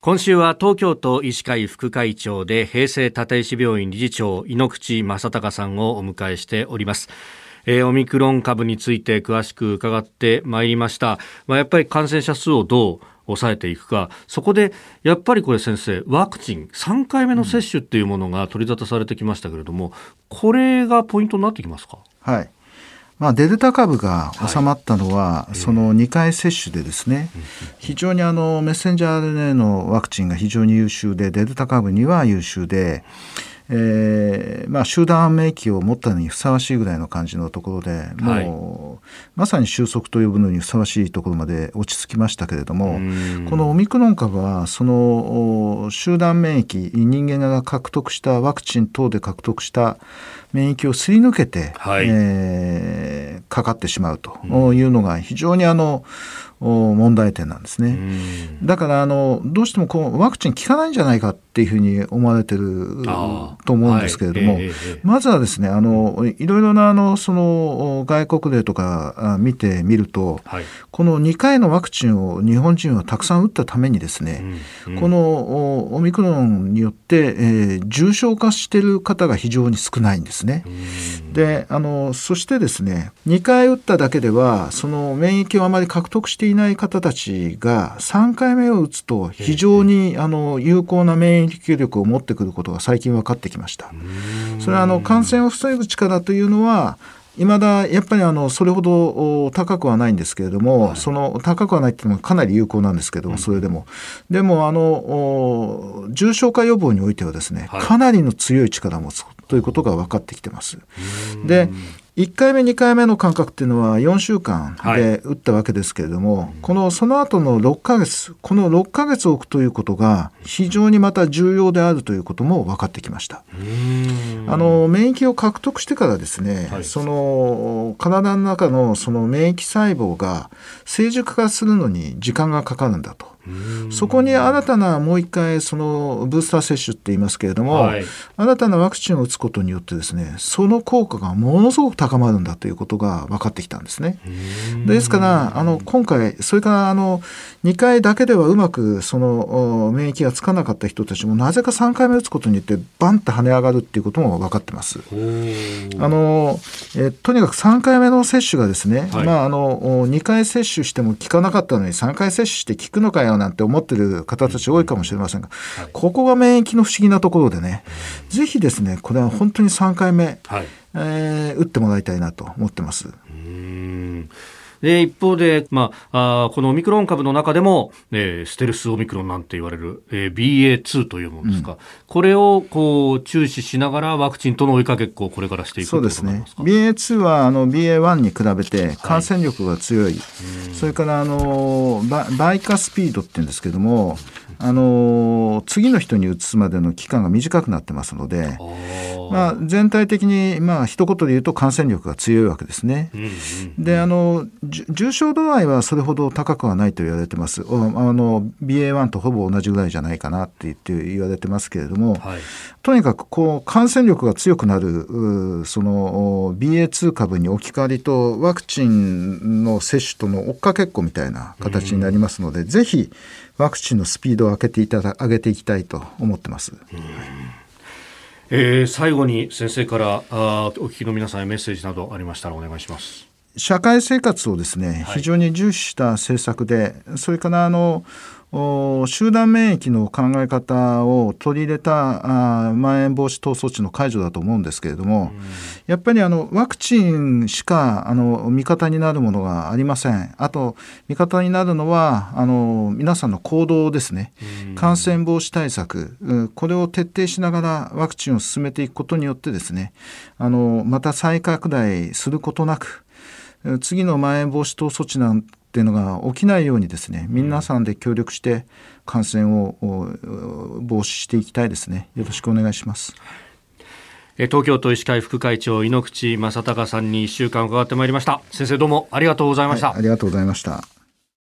今週は東京都医師会副会長で平成立石病院理事長井ノ口正孝さんをお迎えしております。オミクロン株について詳しく伺ってまいりました。やっぱり感染者数をどう抑えていくか、そこでやっぱりこれ先生、ワクチン3回目の接種っていうものが取り沙汰されてきましたけれども、これがポイントになってきますか？ はい、デルタ株が収まったのは、その2回接種でですね、非常にメッセンジャー RNA のワクチンが非常に優秀で、デルタ株には優秀で、集団免疫を持ったのにふさわしいぐらいの感じのところで、もうまさに収束と呼ぶのにふさわしいところまで落ち着きましたけれども、このオミクロン株はその集団免疫、人間が獲得したワクチン等で獲得した免疫をすり抜けて、かかってしまうというのが非常に問題点なんですね。だからどうしてもワクチン効かないんじゃないかっていうふうに思われてると思うんですけれども、まずはですね、いろいろなその外国例とか見てみると、この2回のワクチンを日本人はたくさん打ったためにですね、このオミクロンによって、重症化している方が非常に少ないんですね。でそしてですね、2回打っただけではその免疫をあまり獲得していない方たちが3回目を打つと非常に有効な免疫力を持ってくることが最近分かってきました。それは感染を防ぐ力というのは未だやっぱりそれほど高くはないんですけれども、その高くはないっていうのはかなり有効なんですけども、それでも重症化予防においてはですね、かなりの強い力を持つということが分かってきてます。で1回目2回目の間隔っていうのは4週間で打ったわけですけれども、その後の6ヶ月、この6ヶ月置くということが非常にまた重要であるということも分かってきました。免疫を獲得してからですね、その体の中のその免疫細胞が成熟化するのに時間がかかるんだと。そこに新たなもう一回そのブースター接種って言いますけれども、新たなワクチンを打つことによってですね、その効果がものすごく高まるんだということが分かってきたんですね。ですから今回それから2回だけではうまくその免疫がつかなかった人たちもなぜか3回目打つことによってバンと跳ね上がるっていうことも分かってます。とにかく3回目の接種がですね、2回接種しても効かなかったのに3回接種して効くのかよなんて思ってる方たち多いかもしれませんが、ここが免疫の不思議なところでね、ぜひですね、これは本当に3回目、打ってもらいたいなと思ってます。 で一方で、このオミクロン株の中でも、ステルスオミクロンなんて言われる、BA.2 というものですか、これを注視しながらワクチンとの追いかけっこをこれからしていくということになりますか？ そうですね、BA.2 はBA.1 に比べて感染力が強い、それからバイカスピードっていうんですけども、次の人に移すまでの期間が短くなってますので、全体的に一言で言うと感染力が強いわけですね。で重症度合いはそれほど高くはないと言われてます。BA.1 とほぼ同じぐらいじゃないかなって言われてますけれども、とにかく感染力が強くなるその BA.2 株に置き換わりとワクチンの接種との追っかけっこみたいな形になりますので、ぜひワクチンのスピードを上げていきたいと思ってます。 最後に先生からお聞きの皆さんへメッセージなどありましたらお願いします。 社会生活をですね、非常に重視した政策で、それから集団免疫の考え方を取り入れたまん延防止等措置の解除だと思うんですけれども、やっぱりワクチンしか味方になるものがありません。あと味方になるのは皆さんの行動ですね。感染防止対策、これを徹底しながらワクチンを進めていくことによってですね、また再拡大することなく、次のまん延防止等措置なんていうのが起きないようにですね、皆さんで協力して感染を防止していきたいですね。よろしくお願いします。 東京都医師会副会長井ノ口正孝さんに1週間伺ってまいりました。先生どうもありがとうございました。 ありがとうございました。